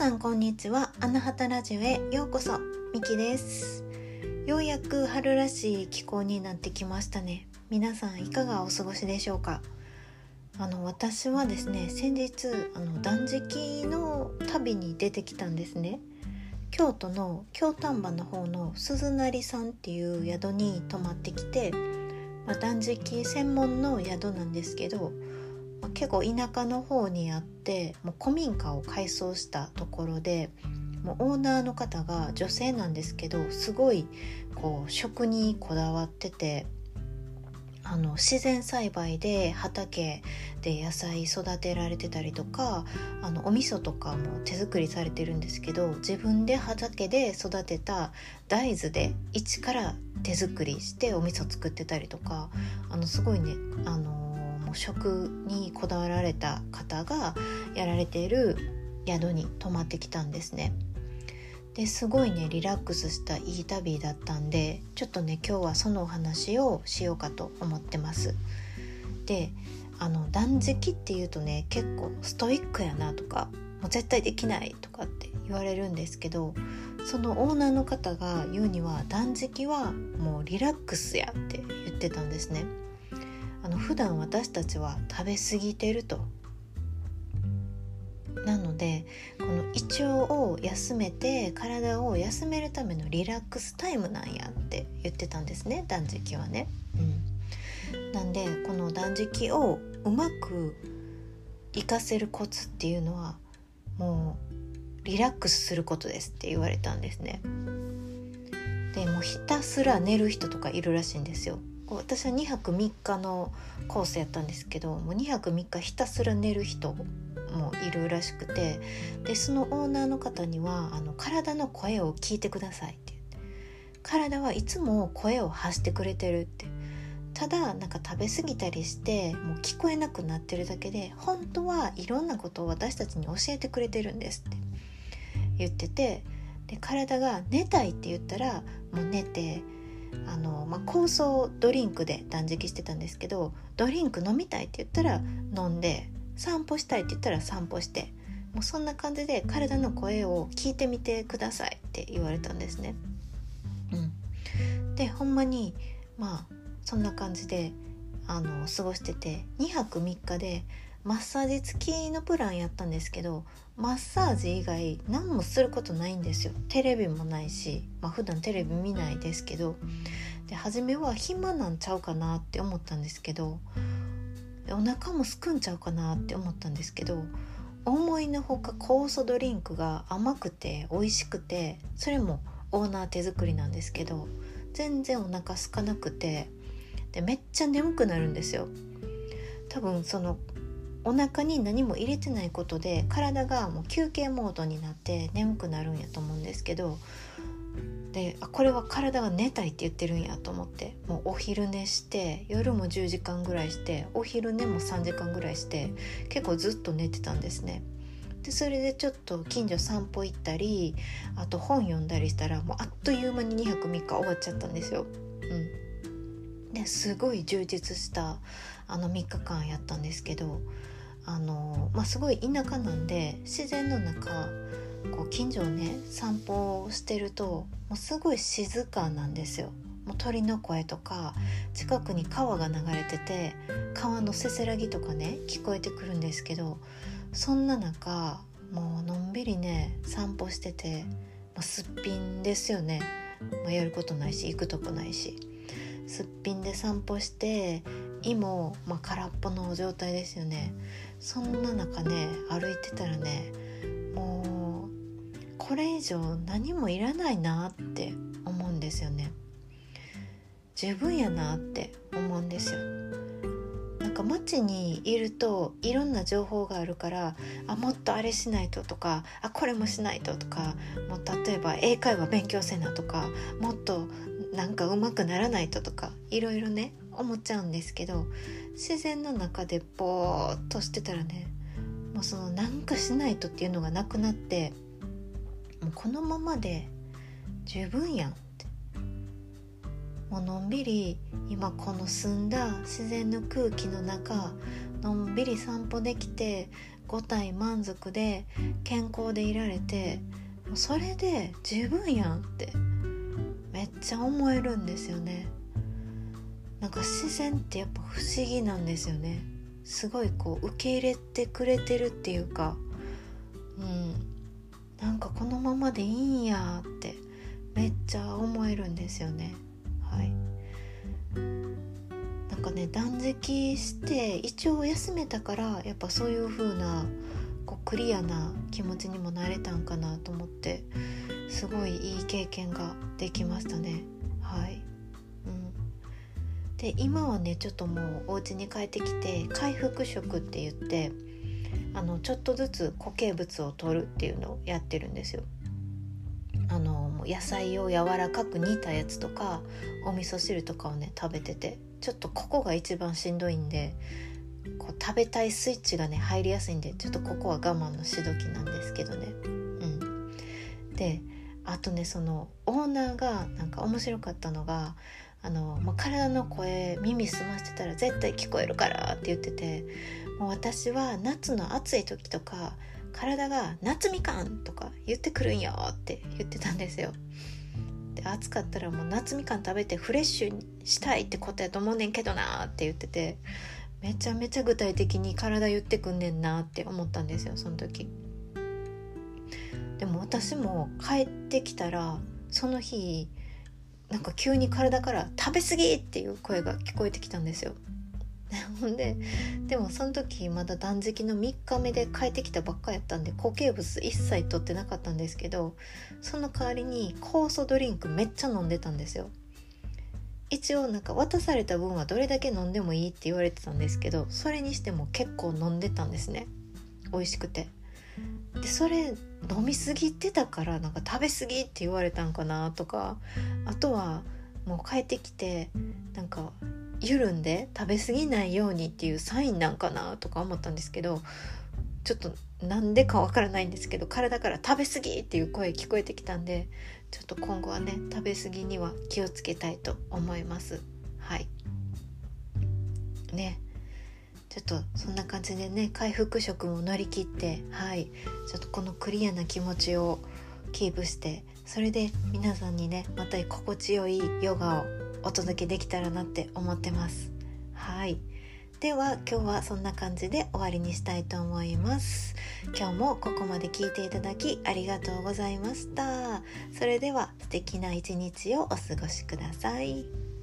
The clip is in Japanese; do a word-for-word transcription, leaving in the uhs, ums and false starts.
さんこんにちは。アナハタラジオへようこそ。ミキです。ようやく春らしい気候になってきましたね。皆さんいかがお過ごしでしょうか。あの私はですね、先日あの断食の旅に出てきたんですね。京都の京丹波の方の鈴なさんっていう宿に泊まってきて、まあ、断食専門の宿なんですけど、まあ、結構田舎の方にあって、もう古民家を改装したところで、もうオーナーの方が女性なんですけど、すごいこう食にこだわってて、あの自然栽培で畑で野菜育てられてたりとか、あのお味噌とかも手作りされてるんですけど、自分で畑で育てた大豆で一から手作りしてお味噌作ってたりとか、あのすごいね、あのもう食にこだわられた方がやられている宿に泊まってきたんですね。ですごいねリラックスしたいい旅だったんで、ちょっとね今日はそのお話をしようかと思ってます。で、あの断食っていうとね、結構ストイックやなとか、もう絶対できないとかって言われるんですけど、そのオーナーの方が言うには、断食はもうリラックスやって言ってたんですね。あの普段私たちは食べ過ぎてると、なのでこの胃腸を休めて体を休めるためのリラックスタイムなんやって言ってたんですね、断食はね、うん、なんでこの断食をうまく活かせるコツっていうのは、もうリラックスすることですって言われたんですね。でもうひたすら寝る人とかいるらしいんですよ。私はにはくみっかのコースやったんですけど、もうにはくみっかひたすら寝る人もいるらしくて、でそのオーナーの方には、あの体の声を聞いてくださいって言って、体はいつも声を発してくれてるって、ただなんか食べ過ぎたりしてもう聞こえなくなってるだけで、本当はいろんなことを私たちに教えてくれてるんですって言ってて、で体が寝たいって言ったらもう寝て、あの、まあ、酵素ドリンクで断食してたんですけど、ドリンク飲みたいって言ったら飲んで、散歩したいって言ったら散歩して、もうそんな感じで体の声を聞いてみてくださいって言われたんですね、うん、でほんまにまあそんな感じであの過ごしてて、にはくみっかでマッサージ付きのプランやったんですけど、マッサージ以外何もすることないんですよ。テレビもないし、まあ、普段テレビ見ないですけど、で初めは暇なんちゃうかなって思ったんですけど、お腹もすくんちゃうかなって思ったんですけど、思いのほか酵素ドリンクが甘くて美味しくて、それもオーナー手作りなんですけど、全然お腹空かなくて、でめっちゃ眠くなるんですよ。多分そのお腹に何も入れてないことで体がもう休憩モードになって眠くなるんやと思うんですけど、であこれは体が寝たいって言ってるんやと思って、もうお昼寝して、夜もじゅうじかんぐらいして、お昼寝もさんじかんぐらいして、結構ずっと寝てたんですね。でそれでちょっと近所散歩行ったり、あと本読んだりしたら、もうあっという間ににはくみっか終わっちゃったんですよ、うん、ですごい充実したあのみっかかんやったんですけど、あの、まあ、すごい田舎なんで、自然の中こう近所をね散歩してると、もうすごい静かなんですよ。もう鳥の声とか、近くに川が流れてて、川のせせらぎとかね聞こえてくるんですけど、そんな中もうのんびりね散歩してて、まあ、すっぴんですよね、まあ、やることないし行くとこないし、すっぴんで散歩して、胃も、まあ、空っぽの状態ですよね。そんな中ね歩いてたらね、もうこれ以上何もいらないなって思うんですよね。十分やなって思うんですよ。なんか街にいるといろんな情報があるから、あもっとあれしないととか、あこれもしないととか、もう例えば英会話勉強せなとか、もっとなんか上手くならないととか、いろいろね思っちゃうんですけど、自然の中でぼーっとしてたらね、もうそのなんかしないとっていうのがなくなって、もうこのままで十分やんって、もうのんびり今この澄んだ自然の空気の中、のんびり散歩できて、 ご体満足で健康でいられて、もうそれで十分やんってめっちゃ思えるんですよね。なんか自然ってやっぱ不思議なんですよね。すごいこう受け入れてくれてるっていうか、うんなんかこのままでいいんやってめっちゃ思えるんですよね。はい。なんかね、断食して胃腸を休めたからやっぱそういう風なこうクリアな気持ちにもなれたんかなと思って、すごいいい経験ができましたね。はい、うん、で今はねちょっともうお家に帰ってきて回復食って言って、あのちょっとずつ固形物を取るっていうのをやってるんですよ。あの野菜を柔らかく煮たやつとかお味噌汁とかをね食べてて、ちょっとここが一番しんどいんで、こう食べたいスイッチがね入りやすいんで、ちょっとここは我慢のしどきなんですけどね。うんであとね、そのオーナーがなんか面白かったのが、あの、まあ、体の声耳澄ましてたら絶対聞こえるからって言ってて、もう私は夏の暑い時とか体が夏みかんとか言ってくるんよって言ってたんですよ。で暑かったらもう夏みかん食べてフレッシュにしたいってことやと思うねんけどなって言ってて、めちゃめちゃ具体的に体言ってくんねんなって思ったんですよ、その時。でも私も帰ってきたらその日なんか急に体から食べ過ぎっていう声が聞こえてきたんですよ。ほんででもその時まだ断食のみっかめで帰ってきたばっかやったんで固形物一切取ってなかったんですけど、その代わりに酵素ドリンクめっちゃ飲んでたんですよ。一応なんか渡された分はどれだけ飲んでもいいって言われてたんですけど、それにしても結構飲んでたんですね。美味しくて。でそれ飲みすぎてたからなんか食べ過ぎって言われたんかなとか、あとはもう帰ってきてなんか緩んで食べ過ぎないようにっていうサインなんかなとか思ったんですけど、ちょっとなんでかわからないんですけど体から食べ過ぎっていう声聞こえてきたんで、ちょっと今後はね食べ過ぎには気をつけたいと思います。はいね、ちょっとそんな感じでね回復食も乗り切って、はいちょっとこのクリアな気持ちをキープして、それで皆さんにねまた心地よいヨガをお届けできたらなって思ってます。はい、では今日はそんな感じで終わりにしたいと思います。今日もここまで聞いていただきありがとうございました。それでは素敵な一日をお過ごしください。